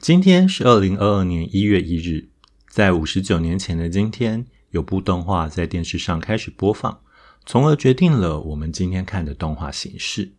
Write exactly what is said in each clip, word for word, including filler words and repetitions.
今天是二零二二年一月一日，在五十九年前的今天，有部动画在电视上开始播放，从而决定了我们今天看的动画形式。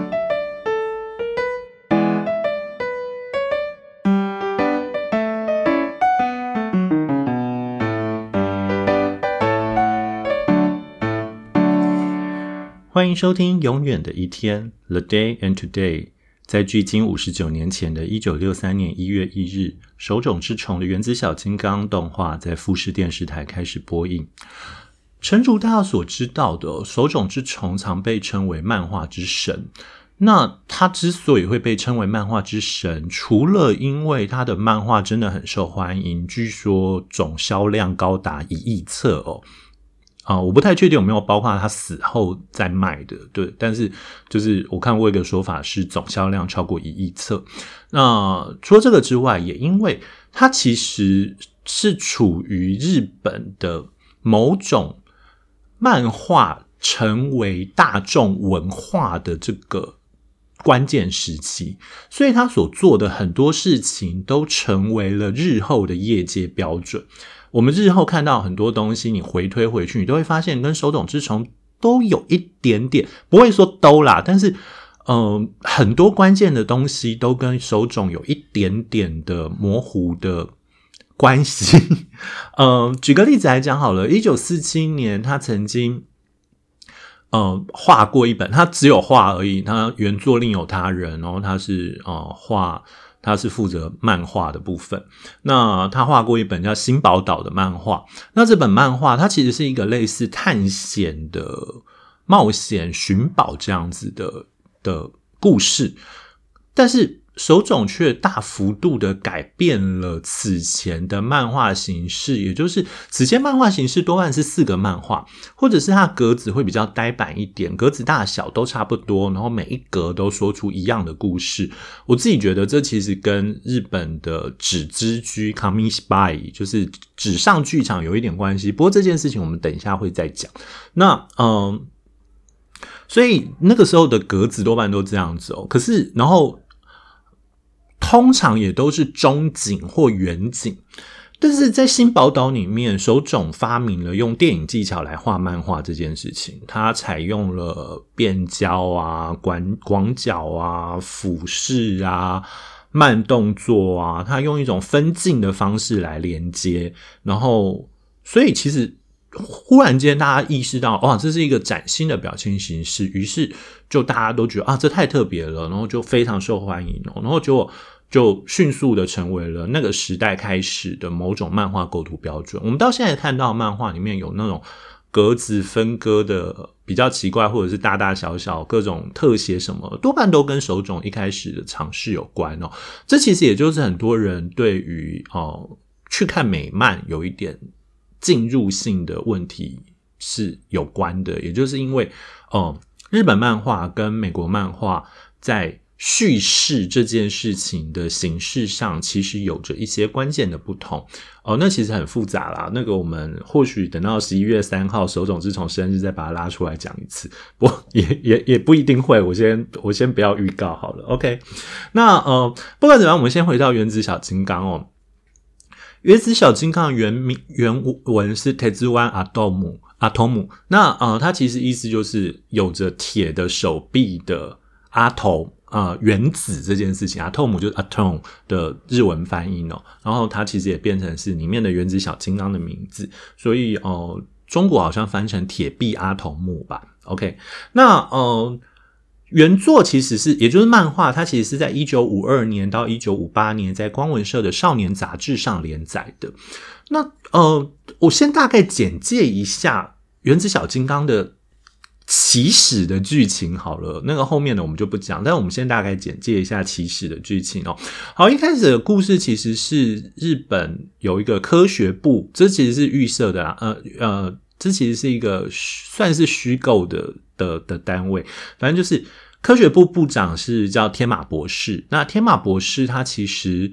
欢迎收听永远的一天 The Day and Today。 在距今五十九年前的一九六三年一月一日，手冢治虫的原子小金刚动画在富士电视台开始播映。诚如大家所知道的，手冢治虫常被称为漫画之神。那他之所以会被称为漫画之神，除了因为他的漫画真的很受欢迎，据说总销量高达一亿册哦。啊，我不太确定有没有包括他死后再卖的，对，但是就是我看过一个说法是总销量超过一亿册。那除了这个之外，也因为他其实是处于日本的某种漫画成为大众文化的这个关键时期，所以他所做的很多事情都成为了日后的业界标准。我们日后看到很多东西，你回推回去，你都会发现跟手冢治虫都有一点点，不会说都啦，但是呃，很多关键的东西都跟手冢有一点点的模糊的关系。呃，举个例子来讲好了，一九四七年他曾经呃画过一本，他只有画而已，他原作另有他人，然后他是呃画他是负责漫画的部分。那他画过一本叫《新宝岛》的漫画。那这本漫画它其实是一个类似探险的冒险寻宝这样子的的故事，但是手冢却大幅度的改变了此前的漫画形式，也就是此前漫画形式多半是四个漫画，或者是它的格子会比较呆板一点，格子大小都差不多，然后每一格都说出一样的故事。我自己觉得这其实跟日本的纸之居 Kamishibai 就是纸上剧场有一点关系，不过这件事情我们等一下会再讲。那嗯，所以那个时候的格子多半都这样子哦。可是然后通常也都是中景或远景，但是在新宝岛里面，手冢发明了用电影技巧来画漫画这件事情。他采用了变焦啊、广广角啊、俯视啊、慢动作啊，他用一种分镜的方式来连接，然后所以其实忽然间大家意识到，哇，这是一个崭新的表现形式，于是就大家都觉得啊，这太特别了，然后就非常受欢迎，然后结果就迅速的成为了那个时代开始的某种漫画构图标准。我们到现在看到漫画里面有那种格子分割的比较奇怪，或者是大大小小各种特写什么，多半都跟手冢一开始的尝试有关哦。这其实也就是很多人对于哦去看美漫有一点进入性的问题是有关的，也就是因为呃，日本漫画跟美国漫画在叙事这件事情的形式上其实有着一些关键的不同哦，那其实很复杂啦，那个我们或许等到十一月三号手冢治虫生日再把它拉出来讲一次，不过也也也不一定会，我先我先不要预告好了 OK。 那呃，不管怎么样，我们先回到原子小金刚哦。原子小金刚的原名原文是 Tetsuwan Atom Atom， 那呃，它其实意思就是有着铁的手臂的阿头呃，原子这件事情 Atom 就是 Atom 的日文翻译哦，然后它其实也变成是里面的原子小金刚的名字，所以呃，中国好像翻成铁臂阿童木吧 OK。 那呃原作其实是，也就是漫画，它其实是在一九五二年到一九五八年在光文社的少年杂志上连载的。那呃，我先大概简介一下原子小金刚的起始的剧情好了，那个后面的我们就不讲，但我们先大概简介一下起始的剧情哦。好，一开始的故事其实是日本有一个科学部，这其实是预设的啦，呃呃，这其实是一个算是虚构的的的单位，反正就是科学部部长是叫天马博士。那天马博士他其实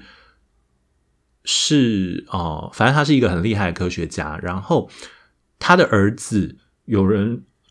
是呃，反正他是一个很厉害的科学家，然后他的儿子有人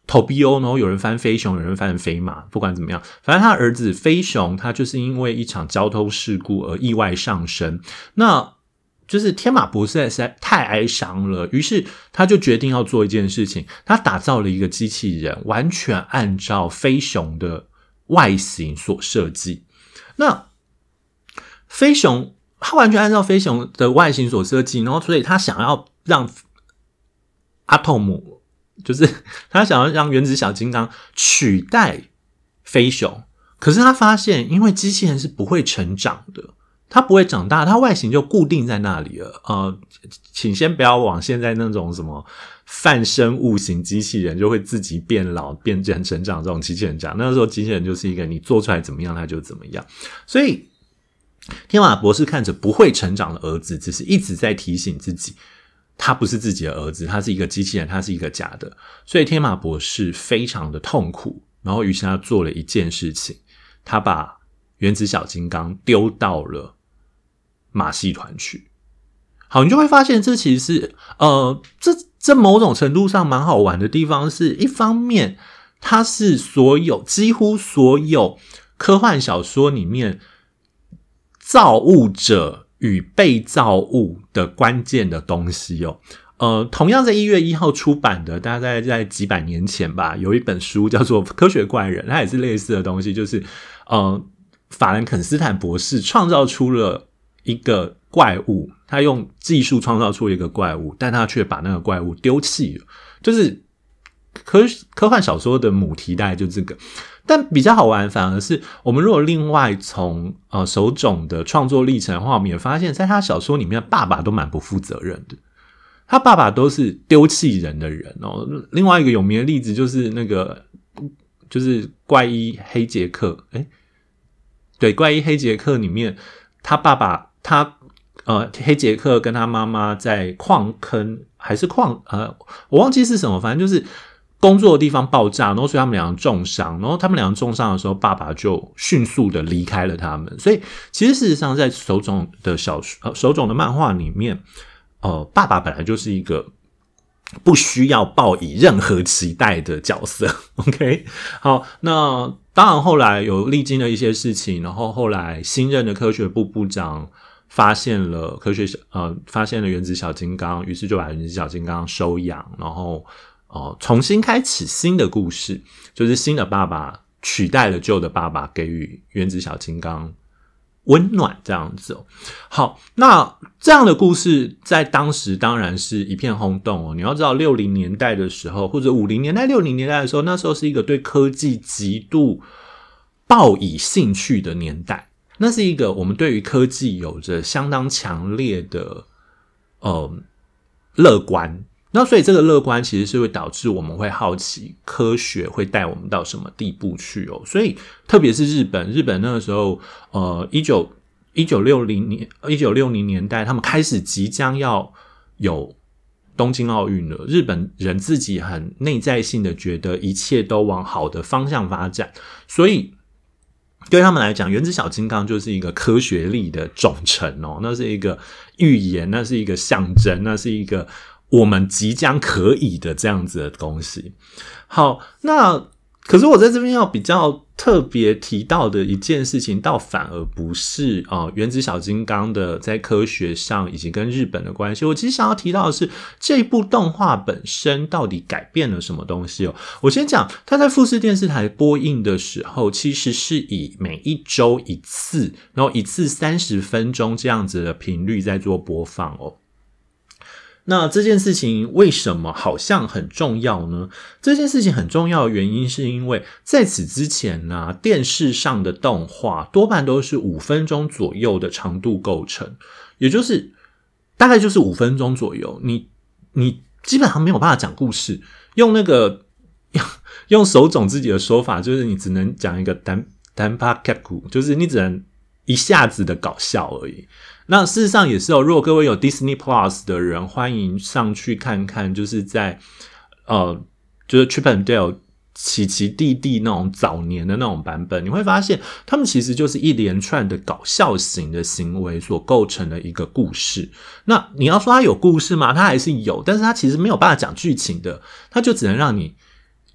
头 B O， 然后有人翻飞熊，有人翻飞马，不管怎么样，反正他儿子飞熊，他就是因为一场交通事故而意外丧生。那就是天马博士实在太哀伤了，于是他就决定要做一件事情，他打造了一个机器人，完全按照飞熊的外形所设计。那飞熊他完全按照飞熊的外形所设计，然后所以他想要让阿童姆，就是他想要让原子小金刚取代飞熊，可是他发现因为机器人是不会成长的，它不会长大，它外形就固定在那里了。呃，请先不要往现在那种什么泛生物型机器人就会自己变老变成成长这种机器人讲，那个时候机器人就是一个你做出来怎么样它就怎么样。所以天马博士看着不会成长的儿子，只是一直在提醒自己他不是自己的儿子，他是一个机器人，他是一个假的。所以天马博士非常的痛苦，然后于是他做了一件事情，他把原子小金刚丢到了马戏团去。好，你就会发现这其实是呃，这这某种程度上蛮好玩的地方是，一方面它是所有几乎所有科幻小说里面造物者与被造物的关键的东西哦。呃，同样在一月一号出版的，大概在几百年前吧，有一本书叫做《科学怪人》，它也是类似的东西，就是呃，法兰肯斯坦博士创造出了一个怪物，他用技术创造出一个怪物，但他却把那个怪物丢弃了，就是科科幻小说的母题大概就这个。但比较好玩反而是我们如果另外从呃手冢的创作历程的话，我们也发现在他小说里面爸爸都蛮不负责任的，他爸爸都是丢弃人的人哦。另外一个有名的例子就是那个就是怪医黑杰克，诶对，怪医黑杰克里面他爸爸他呃黑杰克跟他妈妈在矿坑还是矿呃我忘记是什么，反正就是工作的地方爆炸，然后所以他们两个重伤，然后他们两个重伤的时候，爸爸就迅速的离开了他们。所以其实事实上在手冢的小呃手冢的漫画里面，呃爸爸本来就是一个不需要抱以任何期待的角色。OK， 好，那当然后来有历经了一些事情，然后后来新任的科学部部长发现了科学呃发现了原子小金刚，于是就把原子小金刚收养，然后呃重新开启新的故事，就是新的爸爸取代了旧的爸爸，给予原子小金刚温暖这样子哦。好，那这样的故事在当时当然是一片轰动哦。你要知道六零年代的时候，或者五零年代六零年代的时候，那时候是一个对科技极度抱以兴趣的年代，那是一个我们对于科技有着相当强烈的呃乐观，那所以这个乐观其实是会导致我们会好奇科学会带我们到什么地步去哦。所以特别是日本，日本那个时候呃一九六零年一九六零年代他们开始即将要有东京奥运了，日本人自己很内在性的觉得一切都往好的方向发展，所以对他们来讲，原子小金刚就是一个科学力的总成哦，那是一个预言，那是一个象征，那是一个我们即将可以的这样子的东西。好，那可是我在这边要比较特别提到的一件事情，倒反而不是呃原子小金刚的在科学上以及跟日本的关系。我其实想要提到的是这部动画本身到底改变了什么东西哦。我先讲，它在富士电视台播映的时候，其实是以每一周一次，然后一次三十分钟这样子的频率在做播放哦。那这件事情为什么好像很重要呢？这件事情很重要的原因是因为在此之前呢、啊，电视上的动画多半都是五分钟左右的长度构成，也就是大概就是五分钟左右，你你基本上没有办法讲故事，用那个用手冢自己的说法，就是你只能讲一个单单パキャク，就是你只能一下子的搞笑而已。那事实上也是哦，如果各位有 Disney Plus 的人，欢迎上去看看，就是在呃，就是 Chip and Dale 奇奇弟弟那种早年的那种版本，你会发现他们其实就是一连串的搞笑型的行为所构成的一个故事。那你要说它有故事吗？它还是有，但是它其实没有办法讲剧情的，它就只能让你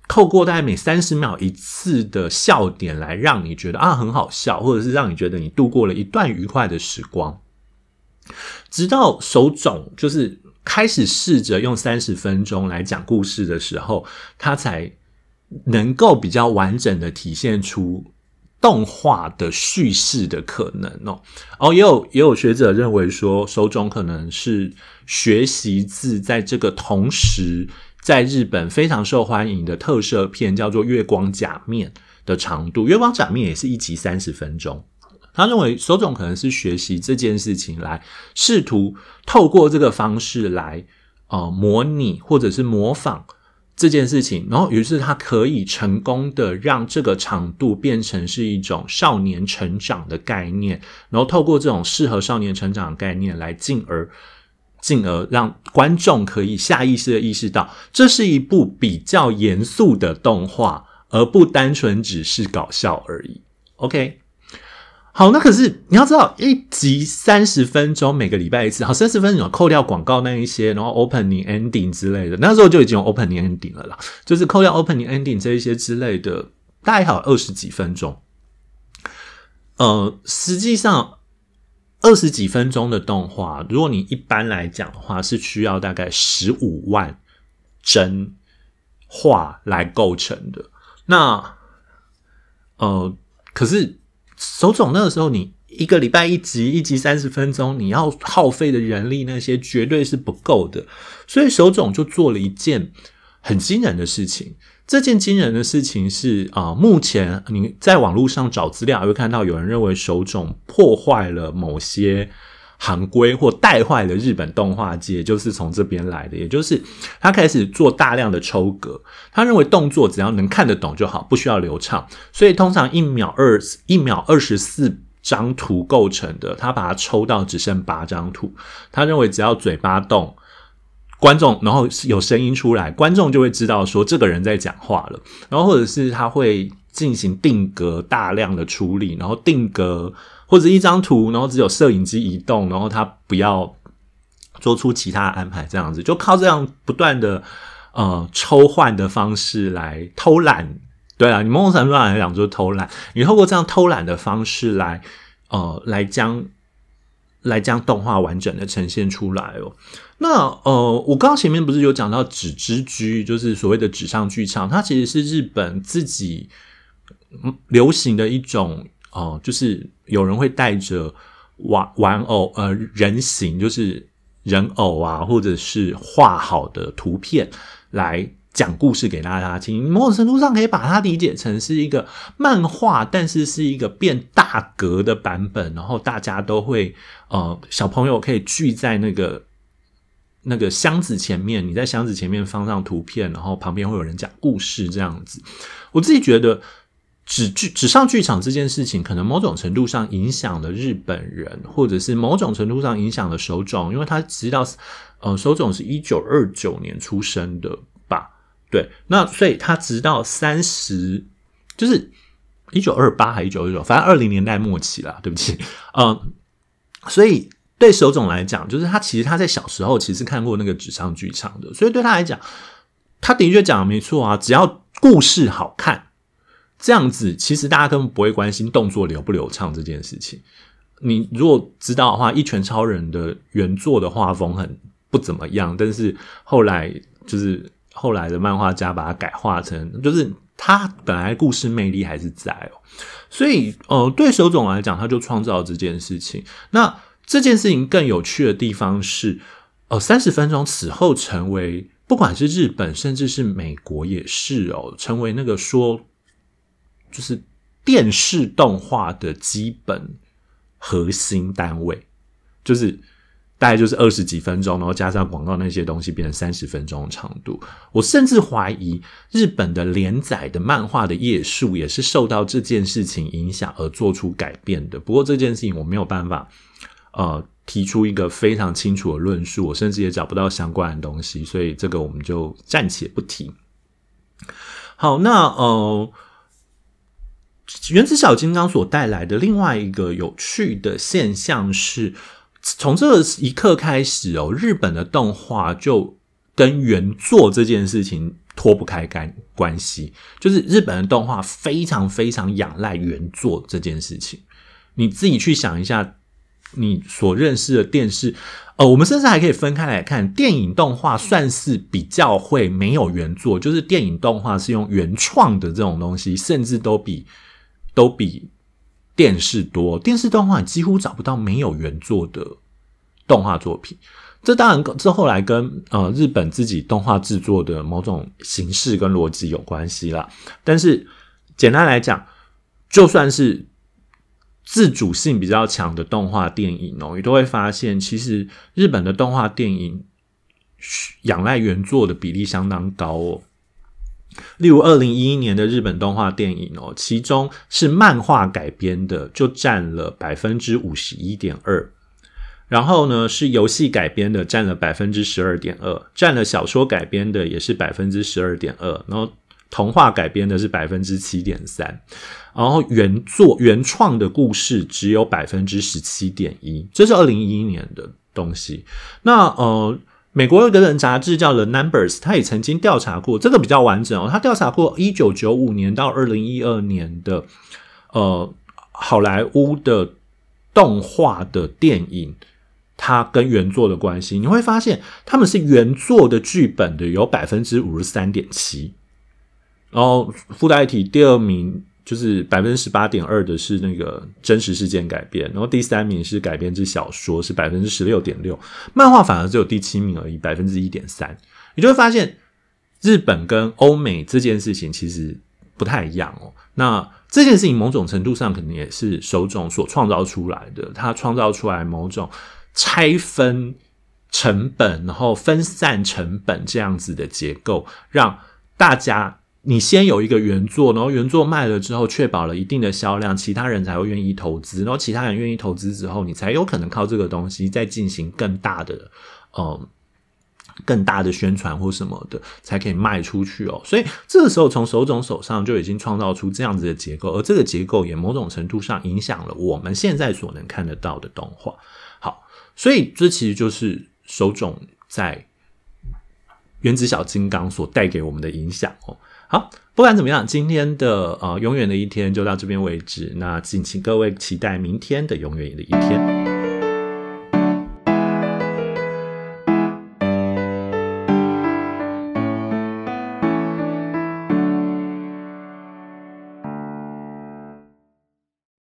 透过大概每三十秒一次的笑点来让你觉得啊很好笑，或者是让你觉得你度过了一段愉快的时光。直到手冢就是开始试着用三十分钟来讲故事的时候，他才能够比较完整的体现出动画的叙事的可能哦。哦，也有也有学者认为说，手冢可能是学习自在这个同时在日本非常受欢迎的特摄片叫做《月光假面》的长度，《月光假面》也是一集三十分钟。他认为手冢可能是学习这件事情来试图透过这个方式来呃模拟或者是模仿这件事情，然后于是他可以成功的让这个长度变成是一种少年成长的概念，然后透过这种适合少年成长的概念来进而进而让观众可以下意识的意识到这是一部比较严肃的动画，而不单纯只是搞笑而已。 OK，好，那可是你要知道，一集三十分钟，每个礼拜一次，好，三十分钟扣掉广告那一些，然后 opening ending 之类的，那时候就已经有 opening ending 了啦，就是扣掉 opening ending 这一些之类的，大概还有二十几分钟。呃，实际上二十几分钟的动画，如果你一般来讲的话，是需要大概十五万帧画来构成的。那呃，可是手冢那个时候，你一个礼拜一集，一集三十分钟，你要耗费的人力那些绝对是不够的，所以手冢就做了一件很惊人的事情。这件惊人的事情是啊、呃，目前你在网络上找资料，会看到有人认为手冢破坏了某些行规或带坏了日本动画界，就是从这边来的，也就是他开始做大量的抽格，他认为动作只要能看得懂就好，不需要流畅，所以通常一秒二一秒二十四张图构成的，他把它抽到只剩八张图。他认为只要嘴巴动，观众然后有声音出来，观众就会知道说这个人在讲话了，然后或者是他会进行定格大量的处理，然后定格或者一张图，然后只有摄影机移动，然后他不要做出其他安排，这样子就靠这样不断的呃抽换的方式来偷懒。对啊，你某种程度上来讲就是偷懒，你透过这样偷懒的方式来呃来将来将动画完整的呈现出来哦。那呃，我刚刚前面不是有讲到纸之居，就是所谓的纸上剧场，它其实是日本自己流行的一种哦、呃，就是有人会带着玩玩偶呃人形，就是人偶啊，或者是画好的图片来讲故事给大家听。某种程度上可以把它理解成是一个漫画，但是是一个变大格的版本，然后大家都会呃小朋友可以聚在那个那个箱子前面，你在箱子前面放上图片，然后旁边会有人讲故事这样子。我自己觉得纸剧纸上剧场这件事情可能某种程度上影响了日本人，或者是某种程度上影响了手冢，因为他直到呃手冢是一九二九年出生的吧，对，那所以他直到三十就是一九二八还一九二九，反正二零年代末期啦，对不起，呃，所以对手冢来讲，就是他其实他在小时候其实看过那个纸上剧场的，所以对他来讲，他的确讲的没错啊，只要故事好看，这样子其实大家根本不会关心动作流不流畅这件事情。你如果知道的话，一拳超人的原作的画风很不怎么样，但是后来就是后来的漫画家把它改画成，就是他本来故事魅力还是在哦。所以呃，对手冢来讲，他就创造了这件事情。那这件事情更有趣的地方是，呃，三十分钟此后成为不管是日本甚至是美国也是哦，成为那个说就是电视动画的基本核心单位，就是大概就是二十几分钟，然后加上广告那些东西变成三十分钟的长度。我甚至怀疑日本的连载的漫画的页数也是受到这件事情影响而做出改变的。不过这件事情我没有办法呃提出一个非常清楚的论述，我甚至也找不到相关的东西，所以这个我们就暂且不提。好，那呃原子小金刚所带来的另外一个有趣的现象是，从这一刻开始哦，日本的动画就跟原作这件事情脱不开干关系，就是日本的动画非常非常仰赖原作这件事情。你自己去想一下，你所认识的电视，呃，我们甚至还可以分开来看，电影动画算是比较会没有原作，就是电影动画是用原创的这种东西，甚至都比都比电视多。电视动画几乎找不到没有原作的动画作品。这当然，这后来跟呃日本自己动画制作的某种形式跟逻辑有关系啦。但是简单来讲，就算是自主性比较强的动画电影哦，你都会发现，其实日本的动画电影仰赖原作的比例相当高哦。例如二零一一年的日本动画电影哦，其中是漫画改编的就占了 百分之五十一点二。然后呢，是游戏改编的占了 百分之十二点二， 占了小说改编的也是 百分之十二点二， 然后童话改编的是 百分之七点三， 然后原作原创的故事只有 百分之十七点一， 这是二零一一年的东西。那呃美国有个人杂志叫 The Numbers， 他也曾经调查过，这个比较完整哦，他调查过一九九五年到二零一二年的呃好莱坞的动画的电影它跟原作的关系，你会发现他们是原作的剧本的有 百分之五十三点七， 然后附带一提，第二名就是 百分之十八点二 的是那个真实事件改编，然后第三名是改编自小说，是 百分之十六点六， 漫画反而只有第七名而已， 百分之一点三。 你就会发现日本跟欧美这件事情其实不太一样哦。那这件事情某种程度上可能也是手冢所创造出来的，他创造出来某种拆分成本然后分散成本这样子的结构，让大家你先有一个原作，然后原作卖了之后确保了一定的销量，其他人才会愿意投资，然后其他人愿意投资之后，你才有可能靠这个东西再进行更大的呃更大的宣传或什么的，才可以卖出去哦。所以这个时候从手冢手上就已经创造出这样子的结构，而这个结构也某种程度上影响了我们现在所能看得到的动画。好，所以这其实就是手冢在原子小金刚所带给我们的影响哦。好，不管怎么样，今天的呃永远的一天就到这边为止，那敬请各位期待明天的永远的一天。